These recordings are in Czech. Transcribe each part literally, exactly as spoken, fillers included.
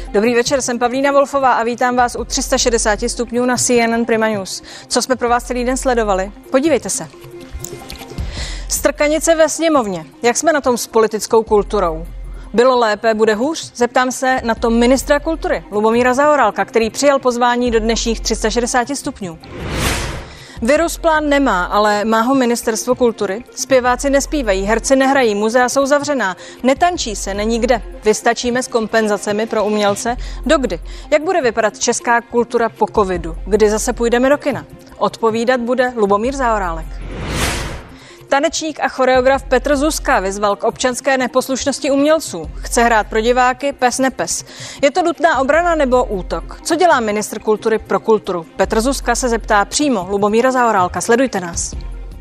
Dobrý večer, jsem Pavlína Wolfová a vítám vás u tři sta šedesát stupňů na C N N Prima News. Co jsme pro vás celý den sledovali? Podívejte se. Strkanice ve sněmovně. Jak jsme na tom s politickou kulturou? Bylo lépe, bude hůř? Zeptám se na to ministra kultury Lubomíra Zaorálka, který přijal pozvání do dnešních tři sta šedesát stupňů. Virus plán nemá, ale má ho ministerstvo kultury. Zpěváci nespívají, herci nehrají, muzea jsou zavřená, netančí se, není kde. Vystačíme s kompenzacemi pro umělce? Dokdy? Jak bude vypadat česká kultura po covidu? Kdy zase půjdeme do kina? Odpovídat bude Lubomír Zaorálek. Tanečník a choreograf Petr Zuzka vyzval k občanské neposlušnosti umělců. Chce hrát pro diváky pes nepes. Je to nutná obrana nebo útok? Co dělá ministr kultury pro kulturu? Petr Zuzka se zeptá přímo Lubomíra Zaorálka. Sledujte nás.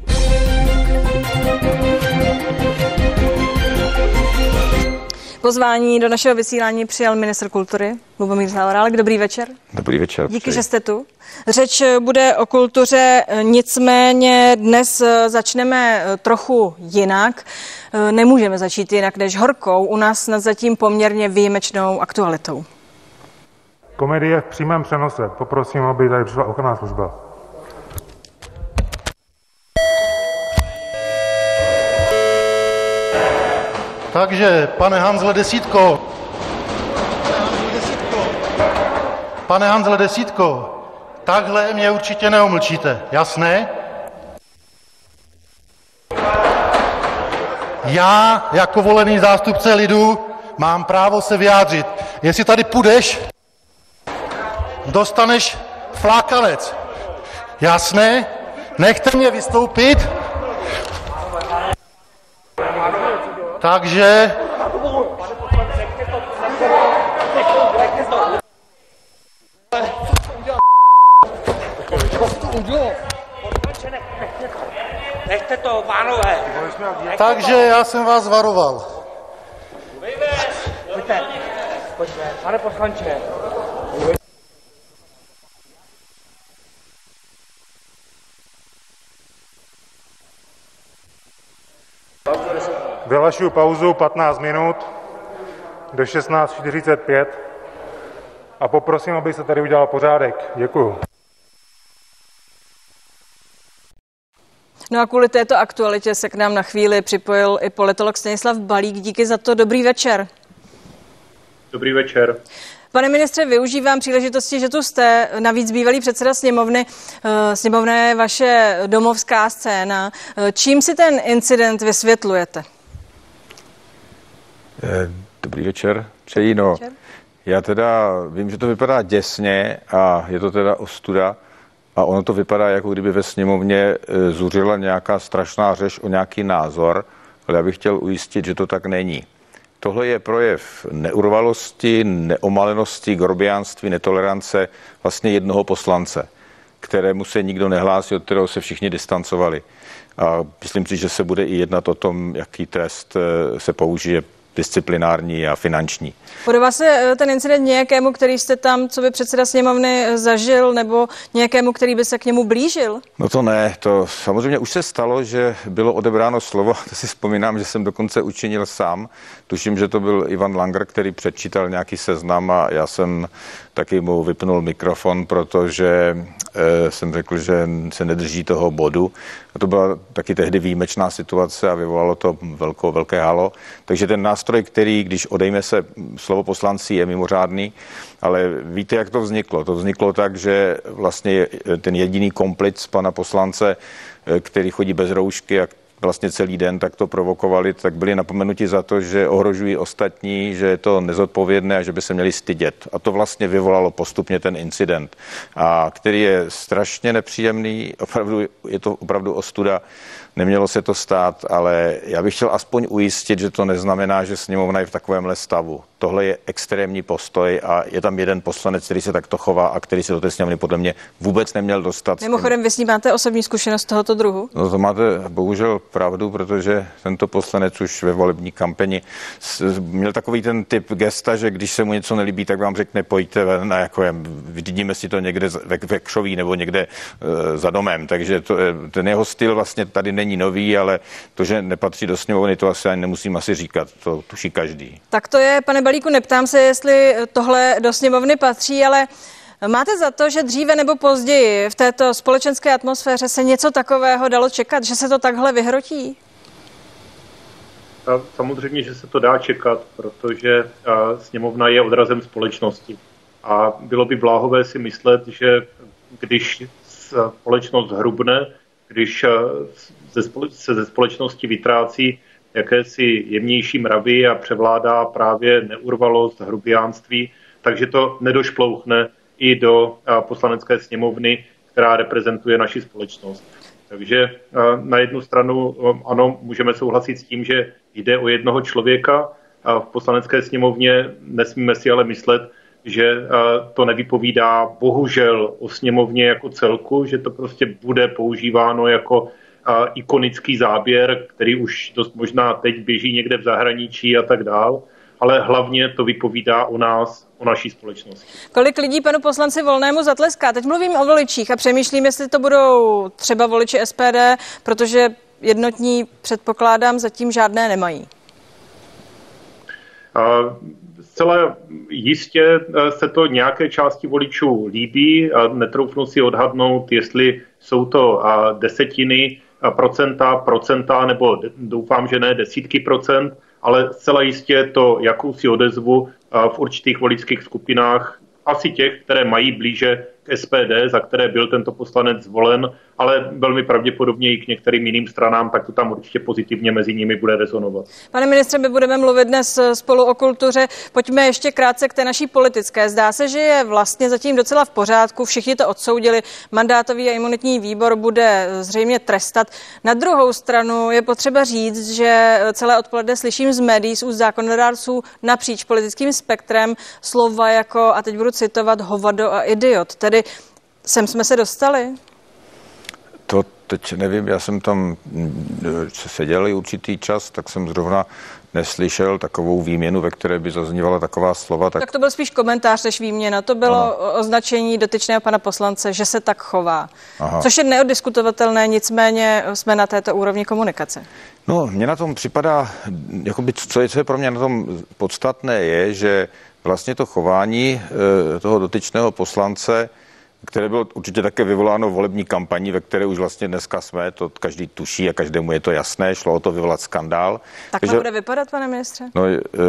Pozvání do našeho vysílání přijal ministr kultury Lubomír Zaorálek. Dobrý večer. Dobrý večer. Díky, že jste tu. Řeč bude o kultuře, nicméně dnes začneme trochu jinak. Nemůžeme začít jinak než horkou, u nás snad zatím poměrně výjimečnou aktualitou. Komedie v přímém přenose. Poprosím, aby tady přišla ochranná služba. Takže, pane Hanzle Desítko, pane Hanzle Desítko, takhle mě určitě neomlčíte, jasné? Já, jako volený zástupce lidu, mám právo se vyjádřit. Jestli tady půjdeš, dostaneš flákanec. Jasné? Nechte mě vystoupit. Takže... Nechte to, pánové. Takže já jsem vás varoval. Pojďte, pojďte, pane poslanče. Vyhlašuju pauzu patnáct minut do šestnáct čtyřicet pět a poprosím, aby se tady udělal pořádek. Děkuju. No a kvůli této aktualitě se k nám na chvíli připojil i politolog Stanislav Balík. Díky za to. Dobrý večer. Dobrý večer. Pane ministře, využívám příležitosti, že tu jste, navíc bývalý předseda sněmovny. Sněmovna je vaše domovská scéna. Čím si ten incident vysvětlujete? Dobrý večer, přeji. No, večer. Já teda vím, že to vypadá děsně a je to teda ostuda a ono to vypadá, jako kdyby ve sněmovně zuřila nějaká strašná řeč o nějaký názor, ale já bych chtěl ujistit, že to tak není. Tohle je projev neurvalosti, neomalenosti, grobiánství, netolerance vlastně jednoho poslance, kterému se nikdo nehlásí, od kterého se všichni distancovali. A myslím si, že se bude i jednat o tom, jaký trest se použije, disciplinární a finanční. Podobá se ten incident nějakému, který jste tam, co by předseda sněmovny zažil, nebo nějakému, který by se k němu blížil? No to ne, to samozřejmě už se stalo, že bylo odebráno slovo, to si vzpomínám, že jsem dokonce učinil sám. Tuším, že to byl Ivan Langer, který předčítal nějaký seznam a já jsem taky mu vypnul mikrofon, protože e, jsem řekl, že se nedrží toho bodu. A to byla taky tehdy výjimečná situace a vyvolalo to velkou, velké halo. Takže ten nástroj, který, když odejme se slovo poslanci, je mimořádný, ale víte, jak to vzniklo? To vzniklo tak, že vlastně ten jediný komplic pana poslance, který chodí bez roušky a vlastně celý den tak to provokovali, tak byli napomenuti za to, že ohrožují ostatní, že je to nezodpovědné a že by se měli stydět. A to vlastně vyvolalo postupně ten incident, a který je strašně nepříjemný, opravdu, je to opravdu ostuda. Nemělo se to stát, ale já bych chtěl aspoň ujistit, že to neznamená, že sněmovna je v takovémhle stavu. Tohle je extrémní postoj a je tam jeden poslanec, který se takto chová a který se do té sněmovny podle mě vůbec neměl dostat. Mimochodem, vy s ním máte osobní zkušenost tohoto druhu? No to máte bohužel pravdu, protože tento poslanec už ve volební kampani měl takový ten typ gesta, že když se mu něco nelíbí, tak vám řekne pojďte ven a jako vidíme si to někde ve, ve Křoví nebo někde e, za domem. Takže to, ten jeho styl vlastně tady není není nový, ale to, že nepatří do sněmovny, to asi ani nemusím asi říkat, to tuší každý. Tak to je, pane Balíku, neptám se, jestli tohle do sněmovny patří, ale máte za to, že dříve nebo později v této společenské atmosféře se něco takového dalo čekat, že se to takhle vyhrotí? Samozřejmě, že se to dá čekat, protože sněmovna je odrazem společnosti. A bylo by bláhové si myslet, že když společnost hrubne, když se ze společnosti vytrácí jakési jemnější mravy a převládá právě neurvalost, hrubiánství, takže to nedošplouchne i do poslanecké sněmovny, která reprezentuje naši společnost. Takže na jednu stranu ano, můžeme souhlasit s tím, že jde o jednoho člověka a v poslanecké sněmovně nesmíme si ale myslet, že to nevypovídá bohužel o sněmovně jako celku, že to prostě bude používáno jako ikonický záběr, který už dost možná teď běží někde v zahraničí a tak dál, ale hlavně to vypovídá o nás, o naší společnosti. Kolik lidí panu poslanci Volnému zatleská? Teď mluvím o voličích a přemýšlím, jestli to budou třeba voliči S P D, protože jednotní, předpokládám, zatím žádné nemají. Zcela jistě se to nějaké části voličů líbí. Netroufnu si odhadnout, jestli jsou to desetiny procenta, procenta, nebo doufám, že ne desítky procent, ale zcela jistě to jakousi odezvu v určitých voličských skupinách, asi těch, které mají blíže k S P D, za které byl tento poslanec zvolen, ale velmi pravděpodobně i k některým jiným stranám, tak to tam určitě pozitivně mezi nimi bude rezonovat. Pane ministře, my budeme mluvit dnes spolu o kultuře. Pojďme ještě krátce k té naší politické. Zdá se, že je vlastně zatím docela v pořádku. Všichni to odsoudili. Mandátový a imunitní výbor bude zřejmě trestat. Na druhou stranu je potřeba říct, že celé odpoledne slyším z médií, z úst zákonodárců napříč politickým spektrem slova jako, a teď budu citovat, hovado a idiot. Tedy sem jsme se dostali? To teď nevím, já jsem tam seděl určitý čas, tak jsem zrovna neslyšel takovou výměnu, ve které by zaznívala taková slova. Tak, tak to byl spíš komentář než výměna. To bylo ano. Označení dotyčného pana poslance, že se tak chová. Aha. Což je neoddiskutovatelné, nicméně jsme na této úrovni komunikace. No, mně na tom připadá, jakoby, co je, co je pro mě na tom podstatné, je, že vlastně to chování e, toho dotyčného poslance, které bylo určitě také vyvoláno volební kampaní, ve které už vlastně dneska jsme, to každý tuší a každému je to jasné, šlo o to vyvolat skandál. Tak to bude vypadat, pane ministře? No,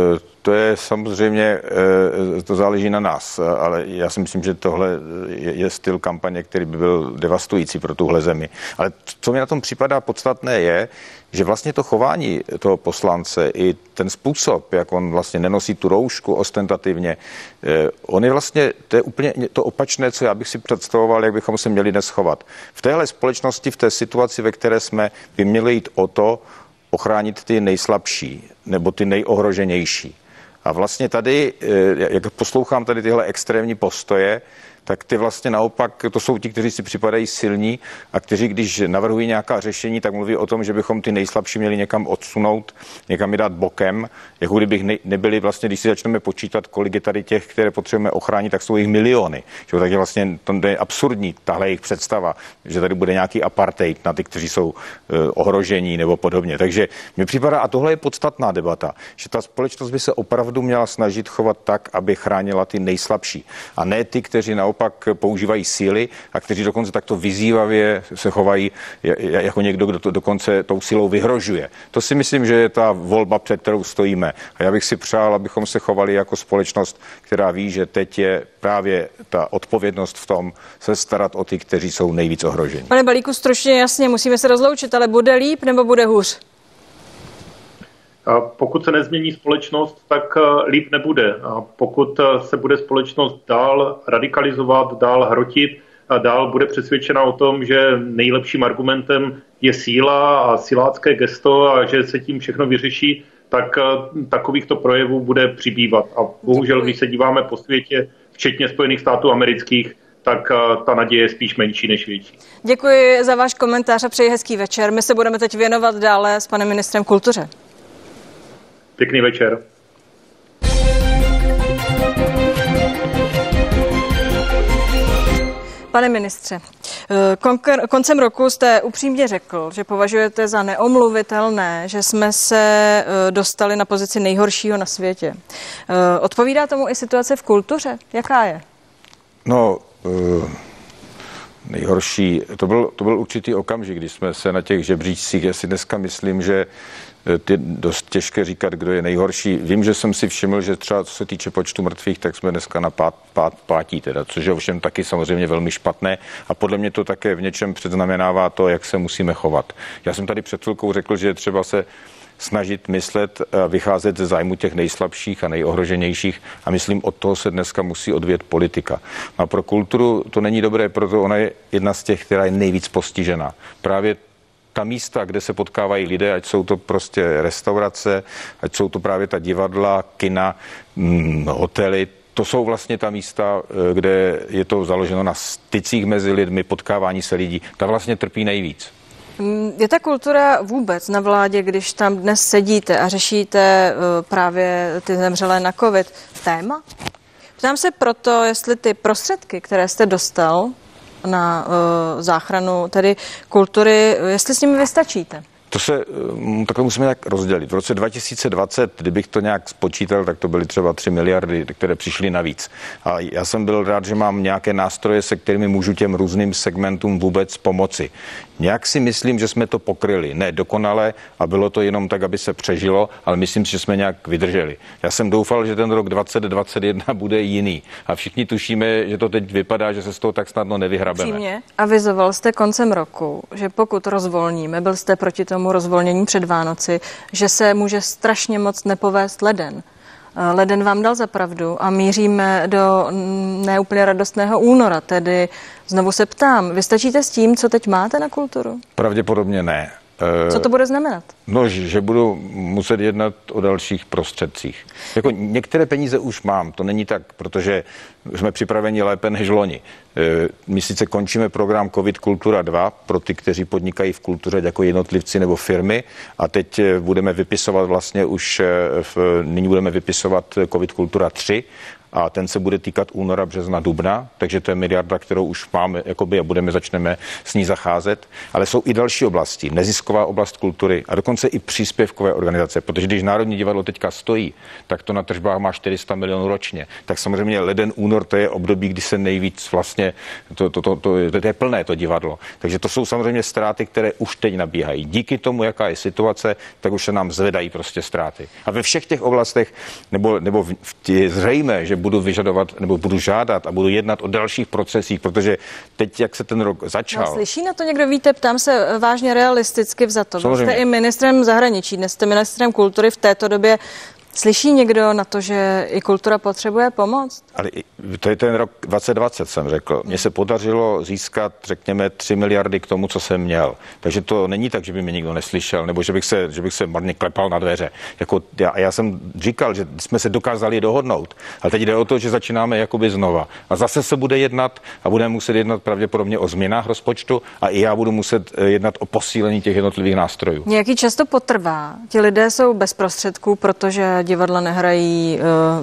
to je samozřejmě, to záleží na nás, ale já si myslím, že tohle je styl kampaně, který by byl devastující pro tuhle zemi. Ale co mi na tom připadá podstatné je, že vlastně to chování toho poslance i ten způsob, jak on vlastně nenosí tu roušku ostentativně, on je vlastně, to je úplně to opačné, co já bych si představoval, jak bychom se měli dnes chovat. V téhle společnosti, v té situaci, ve které jsme, by měli jít o to, ochránit ty nejslabší nebo ty nejohroženější. A vlastně tady, jak poslouchám tady tyhle extrémní postoje, tak ty vlastně naopak, to jsou ti, kteří si připadají silní a kteří, když navrhují nějaká řešení, tak mluví o tom, že bychom ty nejslabší měli někam odsunout, někam je dát bokem, jako kdybych ne, nebyli vlastně, když si začneme počítat, kolik je tady těch, které potřebujeme ochránit, tak jsou jich miliony. Že? Takže vlastně to je absurdní, tahle jejich představa, že tady bude nějaký apartheid na ty, kteří jsou uh, ohrožení nebo podobně. Takže mi připadá, a tohle je podstatná debata, že ta společnost by se opravdu měla snažit chovat tak, aby chránila ty nejslabší a ne ty, kteří naopak pak používají síly a kteří dokonce takto vyzývavě se chovají jako někdo, kdo to dokonce tou silou vyhrožuje. To si myslím, že je ta volba, před kterou stojíme. A já bych si přál, abychom se chovali jako společnost, která ví, že teď je právě ta odpovědnost v tom se starat o ty, kteří jsou nejvíc ohroženi. Pane Balíku, stručně jasně, musíme se rozloučit, ale bude líp nebo bude hůř? Pokud se nezmění společnost, tak líp nebude. Pokud se bude společnost dál radikalizovat, dál hrotit, dál bude přesvědčena o tom, že nejlepším argumentem je síla a silácké gesto a že se tím všechno vyřeší, tak takovýchto projevů bude přibývat. A bohužel, když se díváme po světě, včetně Spojených států amerických, tak ta naděje je spíš menší než větší. Děkuji za váš komentář a přeji hezký večer. My se budeme teď věnovat dále s panem ministrem kultuře. Pěkný večer. Pane ministře, Koncem roku jste upřímně řekl, že považujete za neomluvitelné, že jsme se dostali na pozici nejhoršího na světě. Odpovídá tomu i situace v kultuře? Jaká je? No, uh, nejhorší, to byl, to byl určitý okamžik, když jsme se na těch žebříčcích, já si dneska myslím, že je dost těžké říkat, kdo je nejhorší. Vím, že jsem si všiml, že třeba co se týče počtu mrtvých, tak jsme dneska na pát, pát, pátí, teda, což je ovšem taky samozřejmě velmi špatné a podle mě to také v něčem předznamenává to, jak se musíme chovat. Já jsem tady před chvilkou řekl, že je třeba se snažit myslet a vycházet ze zájmu těch nejslabších a nejohroženějších a myslím, od toho se dneska musí odvět politika. A pro kulturu to není dobré, proto ona je jedna z těch, která je nejvíc postižená. Právě ta místa, kde se potkávají lidé, ať jsou to prostě restaurace, ať jsou to právě ta divadla, kina, hm, hotely, to jsou vlastně ta místa, kde je to založeno na stycích mezi lidmi, potkávání se lidí. Ta vlastně trpí nejvíc. Je ta kultura vůbec na vládě, když tam dnes sedíte a řešíte právě ty zemřelé na covid, téma? Ptám se proto, jestli ty prostředky, které jste dostal na uh, záchranu tedy kultury, jestli s nimi vystačíte? To se takhle musíme tak rozdělit. V roce dva tisíce dvacet, kdybych to nějak spočítal, tak to byly třeba tři miliardy, které přišly navíc. A já jsem byl rád, že mám nějaké nástroje, se kterými můžu těm různým segmentům vůbec pomoci. Nějak si myslím, že jsme to pokryli. Ne dokonale a bylo to jenom tak, aby se přežilo, ale myslím si, že jsme nějak vydrželi. Já jsem doufal, že ten rok dvacet dvacet jedna bude jiný. A všichni tušíme, že to teď vypadá, že se z toho tak snadno nevyhrabeme. Přímě avizoval jste koncem roku, že pokud rozvolníme, byl jste proti tomu rozvolnění před Vánoci, že se může strašně moc nepovést leden. Leden vám dal za pravdu a míříme do neúplně radostného února, tedy znovu se ptám, vystačíte s tím, co teď máte na kulturu? Pravděpodobně ne. Co to bude znamenat? No, že budu muset jednat o dalších prostředcích. Jako některé peníze už mám, to není tak, protože jsme připraveni lépe než loni. My sice končíme program COVID Kultura dva pro ty, kteří podnikají v kultuře jako jednotlivci nebo firmy a teď budeme vypisovat vlastně už, v, nyní budeme vypisovat COVID Kultura tři, a ten se bude týkat února, března, dubna, takže to je miliarda, kterou už máme jakoby, a budeme, začneme s ní zacházet. Ale jsou i další oblasti, nezisková oblast kultury a dokonce i příspěvkové organizace, protože když Národní divadlo teďka stojí, tak to na tržbách má čtyři sta milionů ročně. Tak samozřejmě leden, únor, to je období, kdy se nejvíc vlastně, to, to, to, to, to je plné to divadlo. Takže to jsou samozřejmě ztráty, které už teď nabíhají. Díky tomu, jaká je situace, tak už se nám zvedají prostě ztráty. A ve všech těch oblastech, nebo, nebo v, je zřejmé, že budu vyžadovat nebo budu žádat a budu jednat o dalších procesích, protože teď, jak se ten rok začal. No, slyší na to někdo, víte, ptám se vážně realisticky vzato. Vy jste i ministrem zahraničí, dnes jste ministrem kultury v této době. Slyší někdo na to, že i kultura potřebuje pomoc? Ale to je ten rok dvacet dvacet, jsem řekl. Mně se podařilo získat, řekněme, tři miliardy k tomu, co jsem měl. Takže to není tak, že by mě nikdo neslyšel, nebo že bych se, že bych se marně klepal na dveře. Jako já, já jsem říkal, že jsme se dokázali dohodnout, ale teď jde o to, že začínáme jakoby znova. A zase se bude jednat a budeme muset jednat pravděpodobně o změnách rozpočtu a i já budu muset jednat o posílení těch jednotlivých nástrojů. Nějaký čas to potrvá. Ti lidé jsou bez prostředků, protože divadla nehrají,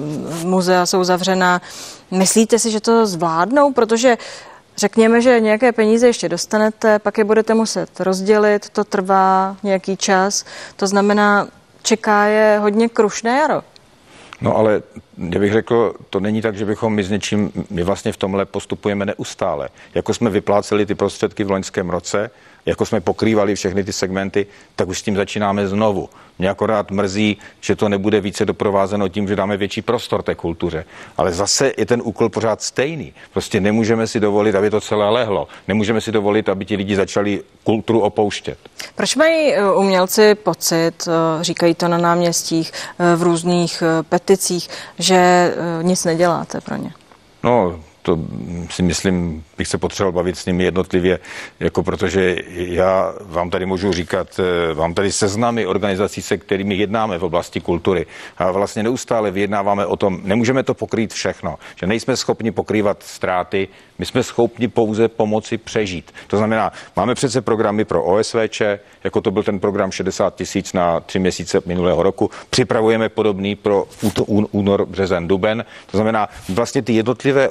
muzea jsou zavřená. Myslíte si, že to zvládnou? Protože řekněme, že nějaké peníze ještě dostanete, pak je budete muset rozdělit, to trvá nějaký čas. To znamená, čeká je hodně krušné jaro. No ale já bych řekl, to není tak, že bychom my s něčím, my vlastně v tomhle postupujeme neustále. Jako jsme vypláceli ty prostředky v loňském roce, jako jsme pokrývali všechny ty segmenty, tak už s tím začínáme znovu. Mě akorát mrzí, že to nebude více doprovázeno tím, že dáme větší prostor té kultuře. Ale zase je ten úkol pořád stejný. Prostě nemůžeme si dovolit, aby to celé lehlo. Nemůžeme si dovolit, aby ti lidi začali kulturu opouštět. Proč mají umělci pocit, říkají to na náměstích, v různých peticích, že nic neděláte pro ně? No, to si myslím, bych se potřeboval bavit s nimi jednotlivě, jako protože já vám tady můžu říkat, vám tady seznamy organizací, se kterými jednáme v oblasti kultury a vlastně neustále vyjednáváme o tom, nemůžeme to pokrýt všechno, že nejsme schopni pokrývat ztráty, my jsme schopni pouze pomoci přežít. To znamená, máme přece programy pro O S V Č, jako to byl ten program šedesát tisíc na tři měsíce minulého roku, připravujeme podobný pro únor, březen, duben, to znamená, vlastně ty jednotlivé oblasti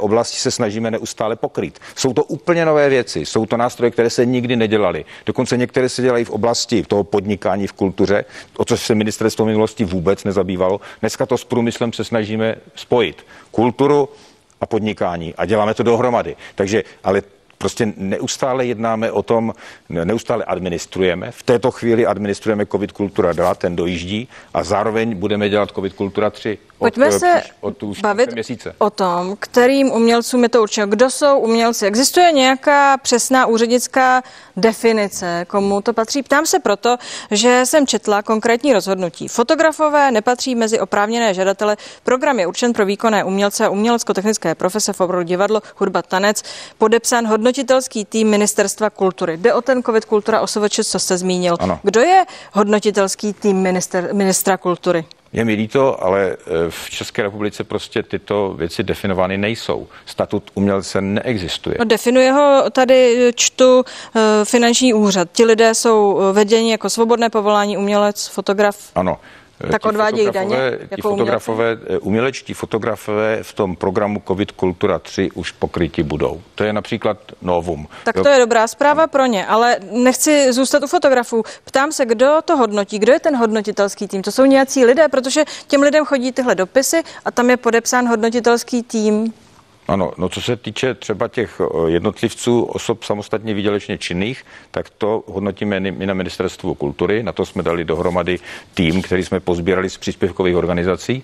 se snažíme neustále pokrýt. Jsou to úplně nové věci, jsou to nástroje, které se nikdy nedělaly. Dokonce některé se dělají v oblasti toho podnikání v kultuře, o což se ministerstvo v minulosti vůbec nezabývalo. Dneska to s průmyslem se snažíme spojit. Kulturu a podnikání a děláme to dohromady. Takže, ale prostě neustále jednáme o tom, neustále administrujeme. V této chvíli administrujeme COVID Kultura dva, ten dojíždí a zároveň budeme dělat COVID Kultura tři. Pojďme od, se od, od bavit měsíce. O tom, kterým umělcům je to určeno. Kdo jsou umělci? Existuje nějaká přesná úřednická definice, komu to patří? Ptám se proto, že jsem četla konkrétní rozhodnutí. Fotografové nepatří mezi oprávněné žadatele. Program je určen pro výkonné umělce a umělecko-technické profese v oboru divadlo, hudba, tanec. Podepsán hodnotitelský tým Ministerstva kultury. Jde o ten COVID Kultura O S V Č, co jste zmínil. Ano. Kdo je hodnotitelský tým minister, ministra kultury? Je mi líto, ale v České republice prostě tyto věci definovány nejsou. Statut umělce neexistuje. No, definuje ho tady, čtu, finanční úřad. Ti lidé jsou vedeni jako svobodné povolání, umělec, fotograf. Ano. Tak ti odvádějí daně? Ti fotografové, umělečtí fotografové v tom programu COVID Kultura tři už pokryti budou. To je například novum. Tak to je dobrá zpráva pro ně, ale nechci zůstat u fotografů. Ptám se, kdo to hodnotí, kdo je ten hodnotitelský tým? To jsou nějací lidé, protože těm lidem chodí tyhle dopisy a tam je podepsán hodnotitelský tým. Ano, no co se týče třeba těch jednotlivců, osob samostatně výdělečně činných, tak to hodnotíme my na Ministerstvu kultury. Na to jsme dali dohromady tým, který jsme pozbírali z příspěvkových organizací.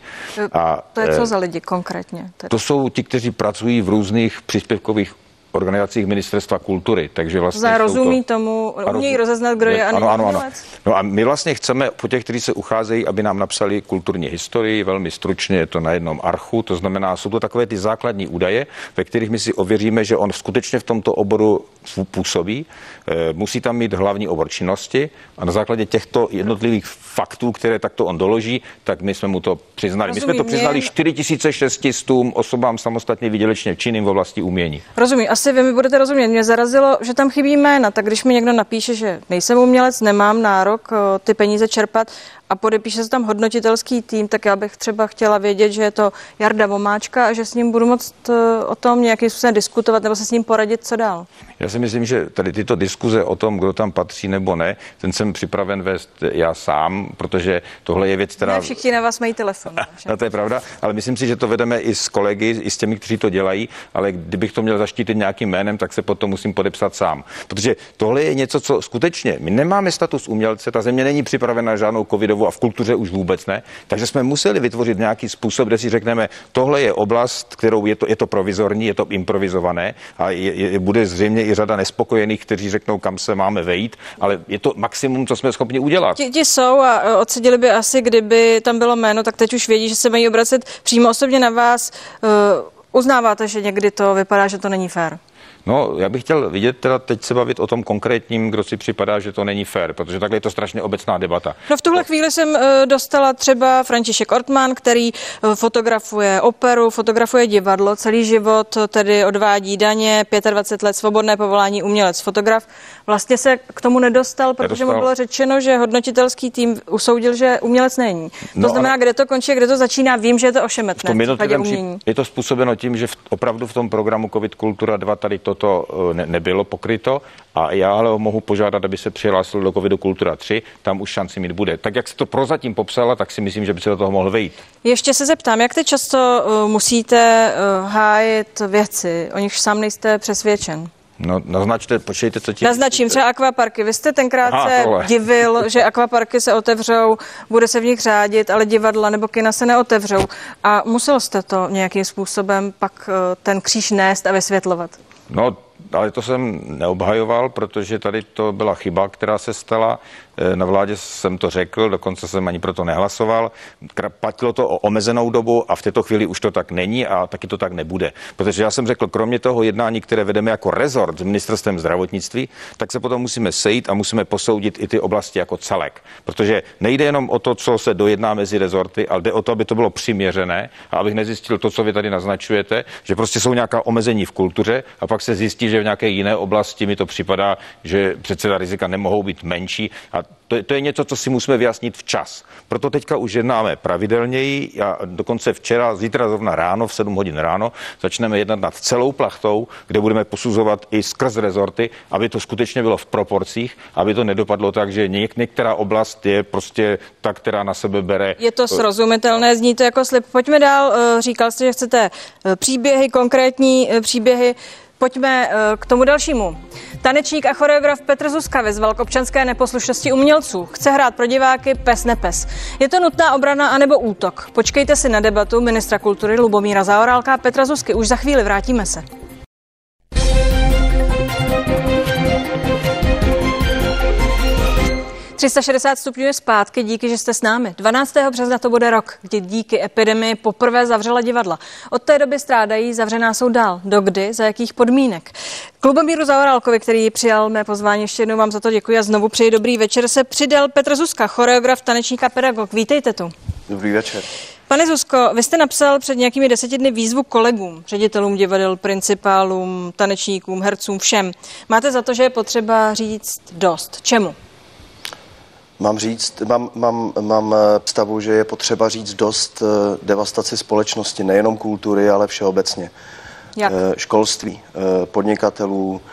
A to je co za lidi konkrétně? Tedy? To jsou ti, kteří pracují v různých příspěvkových organizacích Ministerstva kultury, takže vlastně Zá rozumí to, tomu, umějí rozeznat, kdo je, ano, ano, ano. umělec. No a my vlastně chceme po těch, kteří se ucházejí, aby nám napsali kulturní historii, velmi stručně je to na jednom archu, to znamená, jsou to takové ty základní údaje, ve kterých my si ověříme, že on skutečně v tomto oboru působí, e, musí tam mít hlavní obor činnosti a na základě těchto jednotlivých faktů, které takto on doloží, tak my jsme mu to přiznali. Rozumím, my jsme to přiznali mě... čtyři tisíce šest set osobám samostatně výdělečně činným v oblasti umění. Rozumím. Asi vy mi budete rozumět. Mě zarazilo, že tam chybí jména, tak když mi někdo napíše, že nejsem umělec, nemám nárok ty peníze čerpat a podepíše se tam hodnotitelský tým, tak já bych třeba chtěla vědět, že je to Jarda Vomáčka a že s ním budu moct o tom nějakým způsobem diskutovat nebo se s ním poradit, co dál. Já si myslím, že tady tyto diskuze o tom, kdo tam patří nebo ne, ten jsem připraven vést já sám, protože tohle je věc, která... Ne, všichni na vás mají telefon. No, to je pravda, ale myslím si, že to vedeme i s kolegy, i s těmi, kteří to dělají, ale kdybych to měl zaštítit nějakým jménem, tak se potom musím podepsat sám. Protože tohle je něco, co skutečně, my nemáme status umělce, ta země není připravena na žádnou covidovou a v kultuře už vůbec ne, takže jsme museli vytvořit nějaký způsob, kde si řekneme, tohle je oblast, kterou je to, je to provizorní, je to improvizované a je, je, bude zřejmě i řada nespokojených, kteří řeknou, kam se máme vejít, ale je to maximum, co jsme schopni udělat. Ti, ti jsou a odseděli by asi, kdyby tam bylo jméno, tak teď už vědí, že se mají obracet přímo osobně na vás. Uh, uznáváte, že někdy to vypadá, že to není fér? No, já bych chtěl vidět teda teď se bavit o tom konkrétním, kdo si připadá, že to není fér, protože takhle je to strašně obecná debata. No v tuhle chvíli jsem uh, dostala třeba František Ortmann, který uh, fotografuje operu, fotografuje divadlo, celý život tedy odvádí daně, dvacet pět let svobodné povolání, umělec, fotograf. Vlastně se k tomu nedostal, protože nedostal. mu bylo řečeno, že hodnotitelský tým usoudil, že umělec není. To no, znamená, kde to končí, kde to začíná, vím, že je to ošemetné. V případě umění. Je to způsobeno tím, že v, opravdu v tom programu COVID Kultura dva tady toto ne, nebylo pokryto a já ale mohu požádat, aby se přihlásil do COVID Kultura tři, tam už šanci mít bude. Tak jak se to prozatím popsala, tak si myslím, že by se do toho mohl vejít. Ještě se zeptám, jak ty často uh, musíte uh, hájit věci, o nichž sám nejste přesvědčen? No, naznačte, počkejte, co ti... Naznačím třeba akvaparky. Vy jste tenkrát Aha, se tohle. divil, že akvaparky se otevřou, bude se v nich řádit, ale divadla nebo kina se neotevřou. A musel jste to nějakým způsobem pak ten kříž nést a vysvětlovat? No, ale to jsem neobhajoval, protože tady to byla chyba, která se stala. Na vládě jsem to řekl, dokonce jsem ani proto nehlasoval. Platilo to o omezenou dobu a v této chvíli už to tak není a taky to tak nebude. Protože já jsem řekl, kromě toho jednání, které vedeme jako rezort s ministerstvem zdravotnictví, tak se potom musíme sejít a musíme posoudit i ty oblasti jako celek. Protože nejde jenom o to, co se dojedná mezi rezorty, ale jde o to, aby to bylo přiměřené a abych nezjistil to, co vy tady naznačujete, že prostě jsou nějaká omezení v kultuře a pak se zjistí, že v nějaké jiné oblasti mi to připadá, že přece ta rizika nemohou být menší a to je, to je něco, co si musíme vyjasnit včas. Proto teďka už jednáme pravidelněji a dokonce včera, zítra zrovna ráno, v sedm hodin ráno, začneme jednat nad celou plachtou, kde budeme posuzovat i skrz rezorty, aby to skutečně bylo v proporcích, aby to nedopadlo tak, že něk- některá oblast je prostě ta, která na sebe bere. Je to srozumitelné, zní to jako slib. Pojďme dál. Říkal jste, že chcete příběhy, konkrétní příběhy. Pojďme k tomu dalšímu. Tanečník a choreograf Petr Zuzka vyzval k občanské neposlušnosti umělců. Chce hrát pro diváky pes nepes. Je to nutná obrana anebo útok? Počkejte si na debatu ministra kultury Lubomíra Zaorálka a Petra Zuzky. Už za chvíli, vrátíme se. tři sta šedesát stupňů je zpátky, díky, že jste s námi. dvanáctého března to bude rok, kdy díky epidemii poprvé zavřela divadla. Od té doby strádají, zavřená jsou dál. Dokdy, za jakých podmínek? K Lubomíru Zaorálkovi, který přijal mé pozvání, ještě jednou vám za to děkuji a znovu přeji dobrý večer, se přidal Petr Zuzka, choreograf, tanečník a pedagog. Vítejte tu. Dobrý večer. Pane Zuzko, vy jste napsal před nějakými deseti dny výzvu kolegům, ředitelům divadel, principálům, tanečníkům, hercům, všem. Máte za to, že je potřeba říct dost. Čemu? Mám říct, mám, mám, mám představu, že je potřeba říct dost devastaci společnosti, nejenom kultury, ale všeobecně. Jak? Školství, podnikatelů,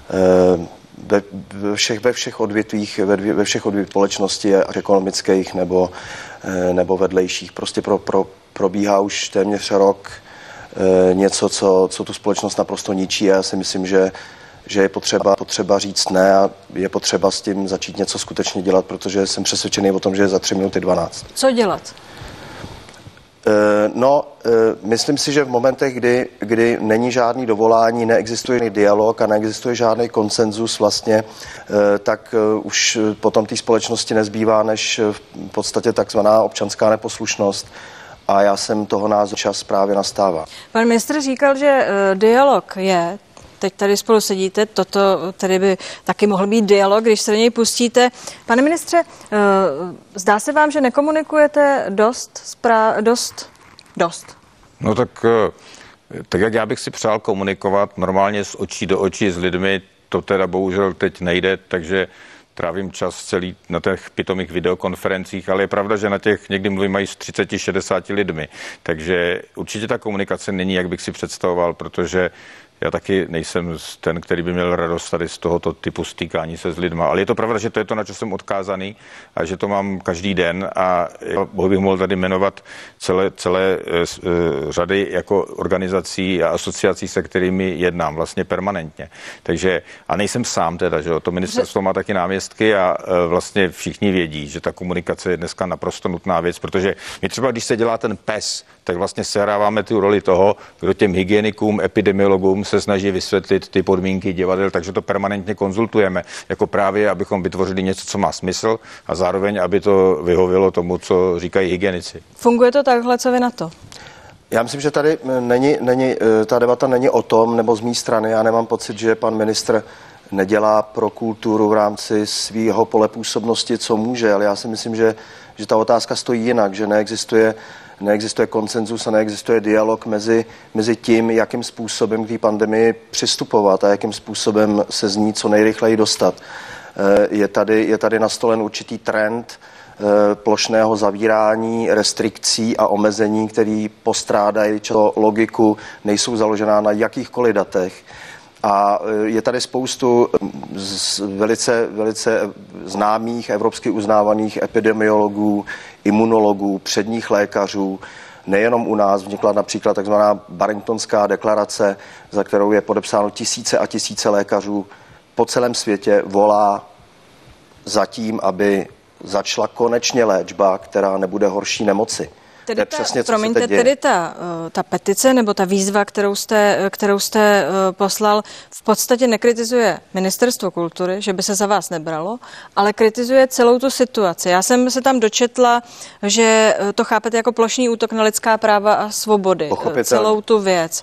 ve, ve, všech, ve všech odvětvích, ve, ve všech odvětvích společnosti, ať ekonomických nebo, nebo vedlejších. Prostě pro, pro, probíhá už téměř rok něco, co, co tu společnost naprosto ničí a já si myslím, že že je potřeba, potřeba říct ne a je potřeba s tím začít něco skutečně dělat, protože jsem přesvědčený o tom, že je za tři minuty dvanáct. Co dělat? E, no, e, myslím si, že v momentech, kdy, kdy není žádný dovolání, neexistuje žádný dialog a neexistuje žádný konsenzus vlastně, e, tak e, už potom té společnosti nezbývá než v podstatě takzvaná občanská neposlušnost. A já jsem toho názoru, čas právě nastává. Pan ministr říkal, že e, dialog je. Teď tady spolu sedíte, toto tady by taky mohl být dialog, když se do něj pustíte. Pane ministře, zdá se vám, že nekomunikujete dost, sprá- dost, dost? No tak, tak jak já bych si přál komunikovat normálně z očí do očí s lidmi, to teda bohužel teď nejde, takže trávím čas celý na těch pitomých videokonferencích, ale je pravda, že na těch někdy mluvím mají s třiceti šedesáti lidmi, takže určitě ta komunikace není, jak bych si představoval, protože já taky nejsem ten, který by měl radost tady z tohoto typu stýkání se s lidma, ale je to pravda, že to je to, na co jsem odkázaný a že to mám každý den a já bych mohl tady jmenovat celé, celé uh, řady jako organizací a asociací, se kterými jednám vlastně permanentně. Takže a nejsem sám teda, že to ministerstvo má taky náměstky a uh, vlastně všichni vědí, že ta komunikace je dneska naprosto nutná věc, protože my třeba, když se dělá ten pes, tak vlastně sehráváme tu roli toho, kdo těm hygienikům, epidemiologům se snaží vysvětlit ty podmínky divadel, takže to permanentně konzultujeme, jako právě, abychom vytvořili něco, co má smysl a zároveň, aby to vyhovělo tomu, co říkají hygienici. Funguje to takhle, co vy na to? Já myslím, že tady není, není, ta debata není o tom, nebo z mé strany, já nemám pocit, že pan ministr nedělá pro kulturu v rámci svého pole působnosti, co může, ale já si myslím, že, že ta otázka stojí jinak, že neexistuje Neexistuje konsenzus a neexistuje dialog mezi, mezi tím, jakým způsobem k té pandemii přistupovat a jakým způsobem se z ní co nejrychleji dostat. Je tady, je tady nastolen určitý trend plošného zavírání, restrikcí a omezení, které postrádají často logiku, nejsou založená na jakýchkoliv datech. A je tady spoustu velice, velice známých, evropsky uznávaných epidemiologů, imunologů, předních lékařů. Nejenom u nás vznikla například takzvaná Barringtonská deklarace, za kterou je podepsáno tisíce a tisíce lékařů po celém světě, volá za tím, aby začala konečně léčba, která nebude horší nemoci. Tedy ta, přesně, promiňte, tedy ta, ta petice nebo ta výzva, kterou jste, kterou jste poslal, v podstatě nekritizuje Ministerstvo kultury, že by se za vás nebralo, ale kritizuje celou tu situaci. Já jsem se tam dočetla, že to chápete jako plošný útok na lidská práva a svobody. Celou tu věc.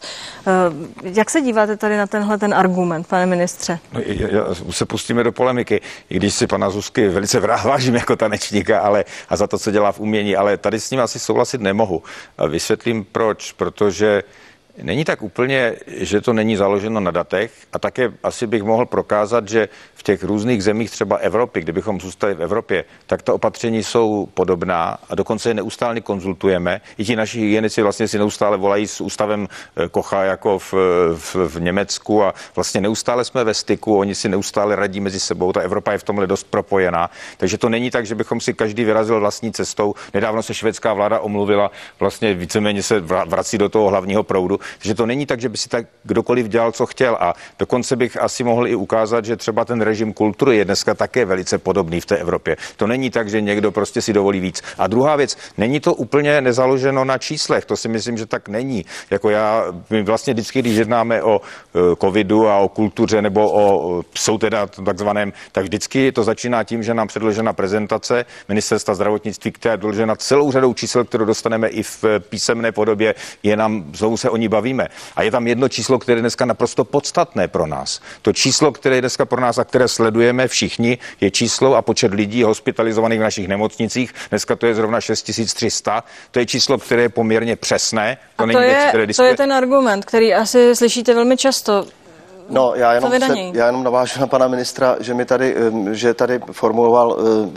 Jak se díváte tady na tenhle ten argument, pane ministře? No, já, já, se pustíme do polemiky, i když si pana Zuzky velice vážím jako tanečníka, ale a za to, co dělá v umění, ale tady s ním asi souhlasit nemohu. Vysvětlím proč, protože Není tak úplně, že to není založeno na datech a také asi bych mohl prokázat, že v těch různých zemích třeba Evropy, kdybychom zůstali v Evropě, tak ta opatření jsou podobná a dokonce je neustále konzultujeme. I ti naši hygienici vlastně si neustále volají s ústavem Kocha jako v, v, v Německu a vlastně neustále jsme ve styku, oni si neustále radí mezi sebou, ta Evropa je v tomhle dost propojená, takže to není tak, že bychom si každý vyrazil vlastní cestou. Nedávno se švédská vláda omluvila, vlastně víceméně se vrací do toho hlavního proudu. Takže to není tak, že by si tak kdokoliv dělal, co chtěl. A dokonce bych asi mohl i ukázat, že třeba ten režim kultury je dneska také velice podobný v té Evropě. To není tak, že někdo prostě si dovolí víc. A druhá věc, není to úplně nezaloženo na číslech. To si myslím, že tak není. Jako já, my vlastně vždycky, když jednáme o covidu a o kultuře nebo o jsou teda takzvaném, tak vždycky to začíná tím, že nám předložena prezentace ministerstva zdravotnictví, která je doložena celou řadou čísel, kterou dostaneme i v písemné podobě, je nám, znovu se o ní bavíme. A je tam jedno číslo, které je dneska naprosto podstatné pro nás. To číslo, které je dneska pro nás a které sledujeme všichni, je číslo a počet lidí hospitalizovaných v našich nemocnicích. Dneska to je zrovna šest tisíc tři sta. To je číslo, které je poměrně přesné. To, a to, je, věc, které to je ten argument, který asi slyšíte velmi často. No, já jenom, se, já jenom navážu na pana ministra, že mi tady, že tady formuloval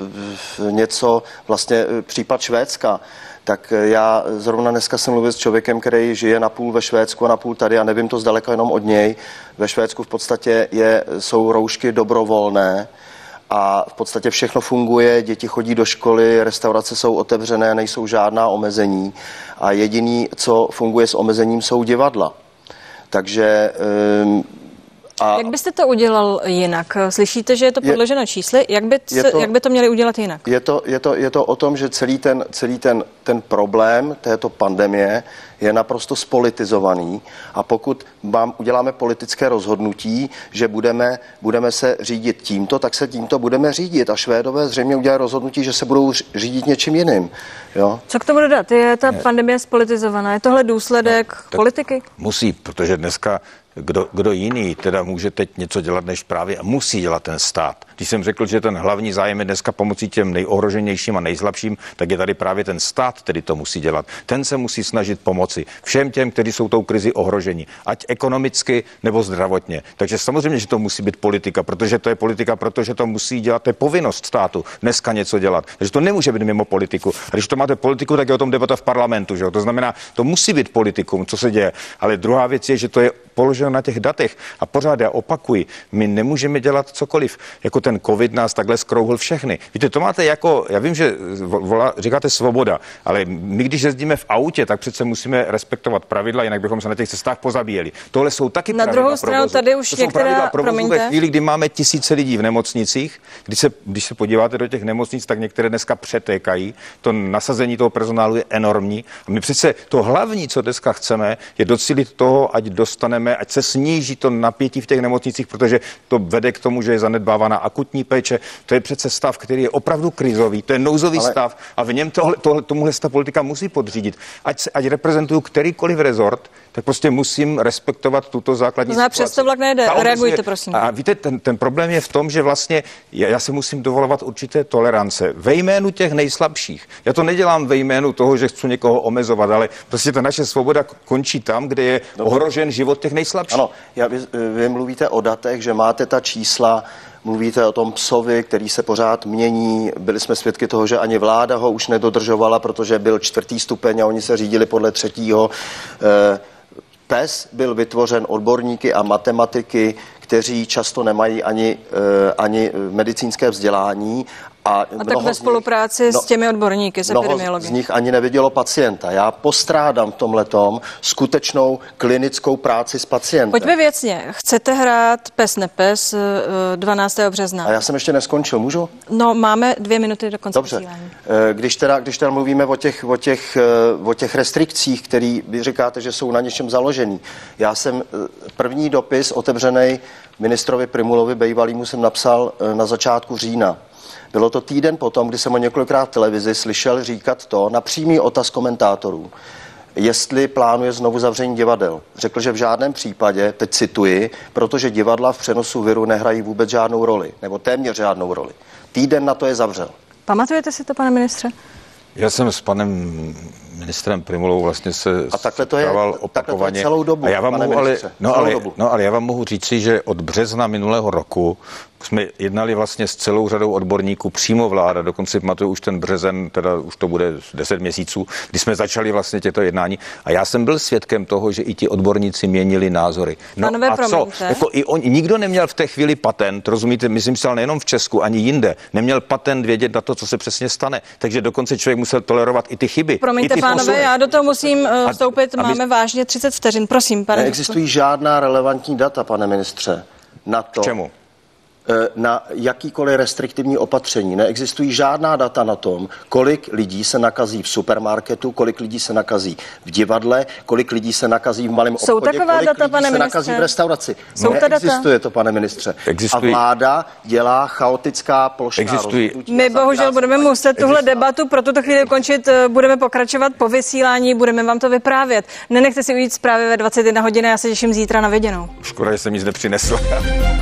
uh, něco, vlastně uh, případ Švédska. Tak já zrovna dneska jsem mluvil s člověkem, který žije napůl ve Švédsku a napůl tady a nevím to zdaleka jenom od něj. Ve Švédsku v podstatě je, jsou roušky dobrovolné a v podstatě všechno funguje, děti chodí do školy, restaurace jsou otevřené, nejsou žádná omezení a jediný, co funguje s omezením, jsou divadla. Takže... Um, A jak byste to udělal jinak? Slyšíte, že je to podloženo čísly? Jak by, se, to, jak by to měli udělat jinak? Je to, je to, je to o tom, že celý ten, celý ten, ten problém této pandemie je naprosto spolitizovaný a pokud vám uděláme politické rozhodnutí, že budeme, budeme se řídit tímto, tak se tímto budeme řídit a Švédové zřejmě udělají rozhodnutí, že se budou řídit něčím jiným. Jo? Co k tomu dodat? Je ta pandemie spolitizovaná? Je tohle důsledek no, politiky? Musí, protože dneska Kdo, kdo jiný teda může teď něco dělat než právě a musí dělat ten stát. Když jsem řekl, že ten hlavní zájem je dneska pomocí těm nejohroženějším a nejslabším, tak je tady právě ten stát, který to musí dělat. Ten se musí snažit pomoci všem těm, kteří jsou tou krizi ohroženi, ať ekonomicky nebo zdravotně. Takže samozřejmě, že to musí být politika, protože to je politika, protože to musí dělat, to je povinnost státu dneska něco dělat. Takže to nemůže být mimo politiku. A když to máte politiku, tak je o tom debata v parlamentu, že jo? To znamená, to musí být politikum, co se děje. Ale druhá věc je, že to je položeno na těch datech a pořád já opakuji, my nemůžeme dělat cokoliv. Jako ten covid nás takhle skrouhl všechny. Víte, to máte jako, já vím, že volá, říkáte svoboda, ale my když jezdíme v autě, tak přece musíme respektovat pravidla, jinak bychom se na těch cestách pozabíjeli. Tohle jsou taky na pravidla druhou stranu provozu. Tady už to některá, provozu ve chvíli, kdy máme tisíce lidí v nemocnicích, když se, když se podíváte do těch nemocnic, tak některé dneska přetékají. To nasazení toho personálu je enormní. A my přece to hlavní, co dneska chceme, je docílit toho, ať dostaneme, ať se sníží to napětí v těch nemocnicích, protože to vede k tomu, že je zanedbávána akutní péče. To je přece stav, který je opravdu krizový, to je nouzový Ale... stav a v něm tohle, tohle, tomuhle ta politika musí podřídit. Ať, se, ať reprezentuju kterýkoliv rezort, tak prostě musím respektovat tuto základní situaci. Přes to vlak nejde, reagujte prosím. A víte, ten, ten problém je v tom, že vlastně já, já se musím dovolovat určité tolerance ve jménu těch nejslabších. Já to nedělám ve jménu toho, že chci někoho omezovat, ale prostě ta naše svoboda končí tam, kde je Dobře. ohrožen život těch nejslabších. Ano, já, vy, vy mluvíte o datech, že máte ta čísla, mluvíte o tom psovi, který se pořád mění. Byli jsme svědky toho, že ani vláda ho už nedodržovala, protože byl čtvrtý stupeň a oni se řídili podle třetího. PES byl vytvořen odborníky a matematiky, kteří často nemají ani, ani medicínské vzdělání. A, a tak ve spolupráci nich, no, s těmi odborníky, s epidemiology. Z nich ani nevidělo pacienta. Já postrádám v tomhletom skutečnou klinickou práci s pacientem. Pojďme věcně. Chcete hrát PES nepes dvanáctého března? A já jsem ještě neskončil, můžu? No, máme dvě minuty do konce. Dobře. Vysílání. Když teda, když teda mluvíme o těch, o těch, o těch restrikcích, který vy říkáte, že jsou na něčem založený. Já jsem první dopis otevřený ministrovi Prymulovi bývalýmu jsem napsal na začátku října. Bylo to týden potom, kdy jsem o několikrát v televizi slyšel říkat to na přímý otaz komentátorů, jestli plánuje znovu zavření divadel. Řekl, že v žádném případě, teď cituji, protože divadla v přenosu viru nehrají vůbec žádnou roli, nebo téměř žádnou roli. Týden na to je zavřel. Pamatujete si to, pane ministře? Já jsem s panem ministrem Prymulou vlastně se a takhle to je, opakovaně. To je celou dobu, a já vám pane mohu, ale, no, celou ale, dobu. no ale já vám mohu říci, že od března minulého roku jsme jednali vlastně s celou řadou odborníků přímo vláda, dokonce pamatuju už ten březen, teda už to bude deset měsíců, kdy jsme začali vlastně těto jednání a já jsem byl svědkem toho, že i ti odborníci měnili názory. No Panové, a co? Jako i on, nikdo neměl v té chvíli patent, rozumíte, myslím si, ale nejenom v Česku, ani jinde, neměl patent vědět na to, co se přesně stane. Takže dokonce člověk musel tolerovat i ty chyby. Promiňte, ty pánové, posuny. Já do toho musím uh, vstoupit, a, a my... máme vážně třicet vteřin, prosím, pane. Neexistují žádná relevantní data, pane ministře, na to. K čemu? Na jakýkoliv restriktivní opatření. Neexistují žádná data na tom, kolik lidí se nakazí v supermarketu, kolik lidí se nakazí v divadle, kolik lidí se nakazí v malém Jsou obchodě, taková kolik data, lidí pane se ministře? nakazí v restauraci. Jsou Neexistuje to, pane ministře. Existují. A vláda dělá chaotická plošná Existují. rozhodnutí. My bohužel budeme muset tuhle Existuje. debatu pro tuto chvíli ukončit. Budeme pokračovat po vysílání, budeme vám to vyprávět. Nenechte si ujít zprávy ve dvacet jedna hodin, já se těším zítra na viděnou. Škoda, že jsem nic nepřinesl.